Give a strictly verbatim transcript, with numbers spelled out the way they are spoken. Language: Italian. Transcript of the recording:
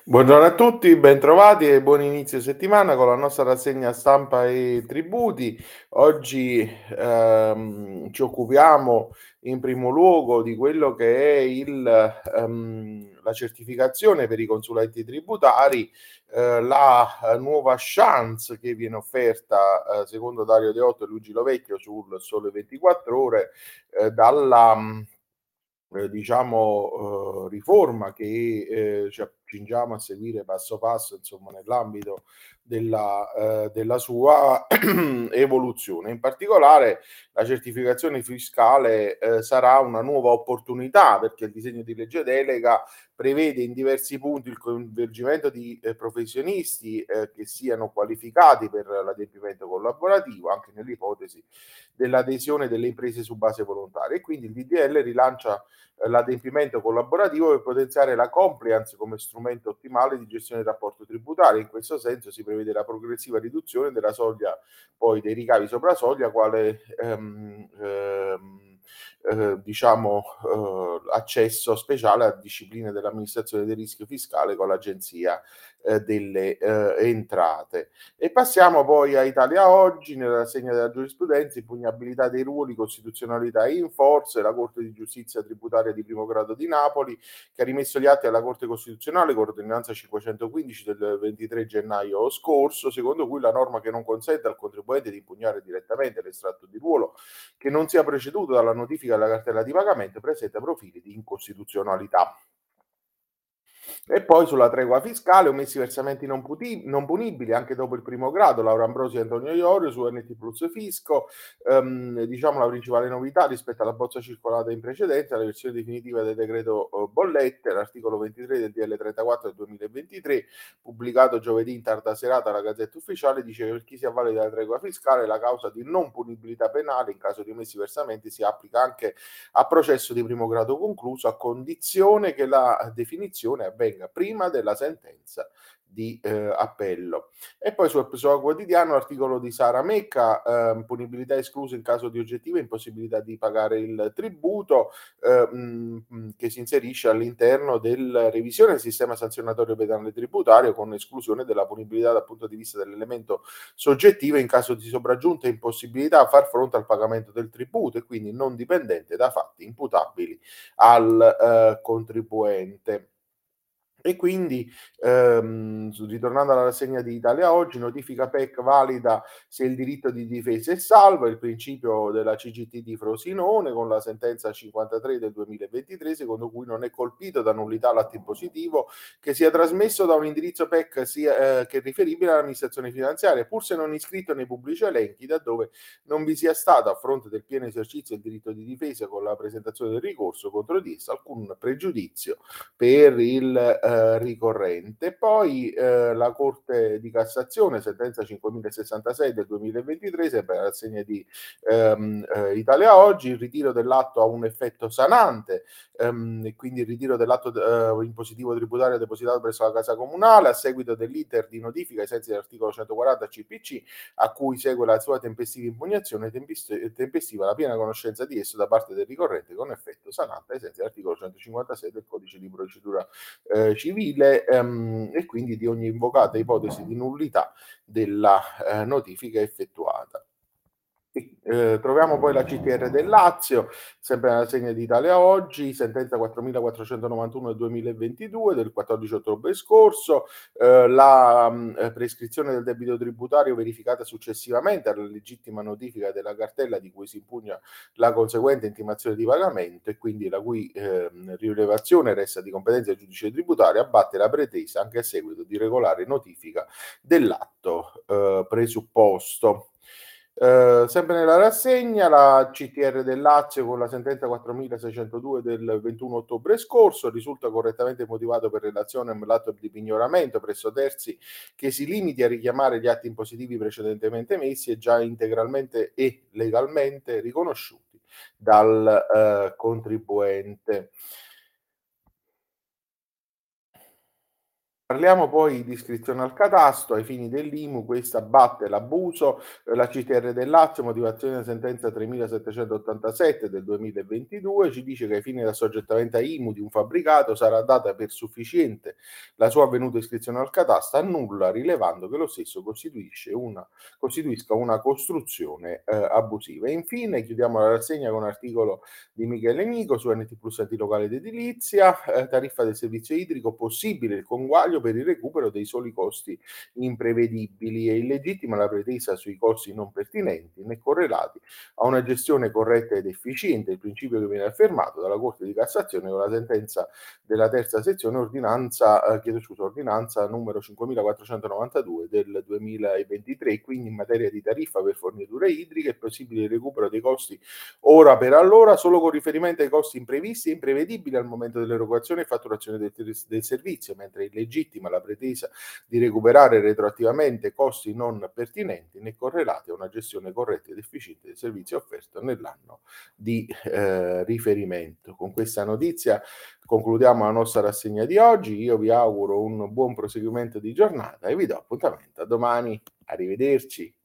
Buongiorno a tutti, bentrovati e buon inizio settimana con la nostra rassegna stampa e tributi. Oggi, ehm, ci occupiamo in primo luogo di quello che è il ehm, la certificazione per i consulenti tributari, ehm, la eh, nuova chance che viene offerta, ehm, secondo Dario Deotto e Luigi Lovecchio sul Sole ventiquattro Ore, ehm, dalla mhmm ehm, diciamo, uhm, riforma che, ehm, ci accingiamo a seguire passo passo, insomma, nell'ambito della ehm, della sua evoluzione. In particolare la certificazione fiscale, ehm, sarà una nuova opportunità, perché il disegno di legge delega prevede in diversi punti il coinvolgimento di, ehm, professionisti, ehm, che siano qualificati per l'adempimento collaborativo, anche nell'ipotesi dell'adesione delle imprese su base volontaria e quindi il D D L rilancia eh, l'adempimento collaborativo per potenziare la compliance come strumento ottimale di gestione del rapporto tributario. In questo senso si prevede la progressiva riduzione della soglia poi dei ricavi sopra soglia quale ehm, ehm, eh, diciamo eh, accesso speciale a discipline dell'amministrazione del rischio fiscale con l'agenzia eh, delle eh, entrate. E passiamo poi a Italia Oggi, nella rassegna della giurisprudenza, impugnabilità dei ruoli, costituzionalità in forza, la Corte di giustizia tributaria di primo grado di Napoli, che ha rimesso gli atti alla Corte Costituzionale con ordinanza cinquecentoquindici del ventitré gennaio scorso, secondo cui la norma che non consente al contribuente di impugnare direttamente l'estratto di ruolo che non sia preceduto dalla notifica della cartella di pagamento presenta profili di incostituzionalità. E poi sulla tregua fiscale, omessi versamenti non, puti- non punibili anche dopo il primo grado, Laura Ambrosi e Antonio Iorio su N T Plus Fisco, ehm, diciamo la principale novità rispetto alla bozza circolata in precedenza, la versione definitiva del decreto eh, bollette, l'articolo ventitré del D L trentaquattro del duemilaventitré, pubblicato giovedì in tarda serata alla Gazzetta Ufficiale, dice che per chi si avvale della tregua fiscale la causa di non punibilità penale in caso di omessi versamenti si applica anche a processo di primo grado concluso, a condizione che la definizione avvenga prima della sentenza di eh, appello. E poi sul Episodio Quotidiano, articolo di Sara Mecca, eh, punibilità esclusa in caso di oggettiva impossibilità di pagare il tributo, eh, mh, che si inserisce all'interno della revisione del sistema sanzionatorio penale tributario con esclusione della punibilità dal punto di vista dell'elemento soggettivo in caso di sopraggiunta impossibilità a far fronte al pagamento del tributo e quindi non dipendente da fatti imputabili al eh, contribuente. E quindi, ehm, s ritornando alla rassegna di Italia Oggi, notifica P E C valida se il diritto di difesa è salvo, il principio della C G T di Frosinone con la sentenza cinquantatré del duemilaventitré, secondo cui non è colpito da nullità l'atto impositivo che sia trasmesso da un indirizzo P E C sia, eh, che è riferibile all'amministrazione finanziaria, pur se non iscritto nei pubblici elenchi, da dove non vi sia stato, a fronte del pieno esercizio del diritto di difesa con la presentazione del ricorso contro di esso, alcun pregiudizio per il eh, ricorrente. Poi eh, la Corte di Cassazione, sentenza cinquemilasessantasei del duemilaventitré, sempre alla rassegna di ehm, eh, Italia Oggi, il ritiro dell'atto ha un effetto sanante, ehm, e quindi il ritiro dell'atto eh, impositivo tributario depositato presso la Casa Comunale a seguito dell'iter di notifica ai sensi dell'articolo centoquaranta C P C, a cui segue la sua tempestiva impugnazione, tempest- tempestiva la piena conoscenza di esso da parte del ricorrente con effetto sanante ai sensi dell'articolo centocinquantasei del codice di procedura eh, civile, ehm, e quindi di ogni invocata ipotesi di nullità della eh, notifica effettuata. E, eh, troviamo poi la C T R del Lazio, sempre nella segna di Italia Oggi, sentenza quattromilaquattrocentonovantuno del duemilaventidue del quattordici ottobre scorso, eh, la mh, eh, prescrizione del debito tributario verificata successivamente alla legittima notifica della cartella di cui si impugna la conseguente intimazione di pagamento e quindi la cui ehm, rilevazione resta di competenza del giudice tributario, abbatte la pretesa anche a seguito di regolare notifica dell'atto eh, presupposto. Eh, sempre nella rassegna, la C T R del Lazio con la sentenza quattromilaseicentodue del ventuno ottobre scorso risulta correttamente motivato per relazione all'atto di pignoramento presso terzi che si limiti a richiamare gli atti impositivi precedentemente emessi e già integralmente e legalmente riconosciuti dal eh, contribuente. Parliamo poi di iscrizione al catasto. Ai fini dell'I M U questa batte l'abuso, ehm, la C T R del Lazio, motivazione della sentenza tremilasettecentottantasette del duemilaventidue, ci dice che ai fini dell'assoggettamento a I M U di un fabbricato sarà data per sufficiente la sua avvenuta iscrizione al catasto, annulla rilevando che lo stesso costituisce una costituisca una costruzione, ehm, abusiva. E infine chiudiamo la rassegna con un articolo di Michele Amico su N T Plus Enti Locale ed Edilizia, eh, tariffa del servizio idrico, possibile il conguaglio per il recupero dei soli costi imprevedibili. È illegittima la pretesa sui costi non pertinenti né correlati a una gestione corretta ed efficiente, il principio che viene affermato dalla Corte di Cassazione con la sentenza della terza sezione ordinanza, eh, chiedo scusa, ordinanza numero cinquemilaquattrocentonovantadue del duemilaventitré, quindi in materia di tariffa per forniture idriche è possibile il recupero dei costi ora per allora solo con riferimento ai costi imprevisti e imprevedibili al momento dell'erogazione e fatturazione del, del servizio, mentre è illegittima la pretesa di recuperare retroattivamente costi non pertinenti né correlati a una gestione corretta ed efficiente del servizio offerto nell'anno di eh, riferimento. Con questa notizia concludiamo la nostra rassegna di oggi. Io vi auguro un buon proseguimento di giornata e vi do appuntamento a domani. Arrivederci.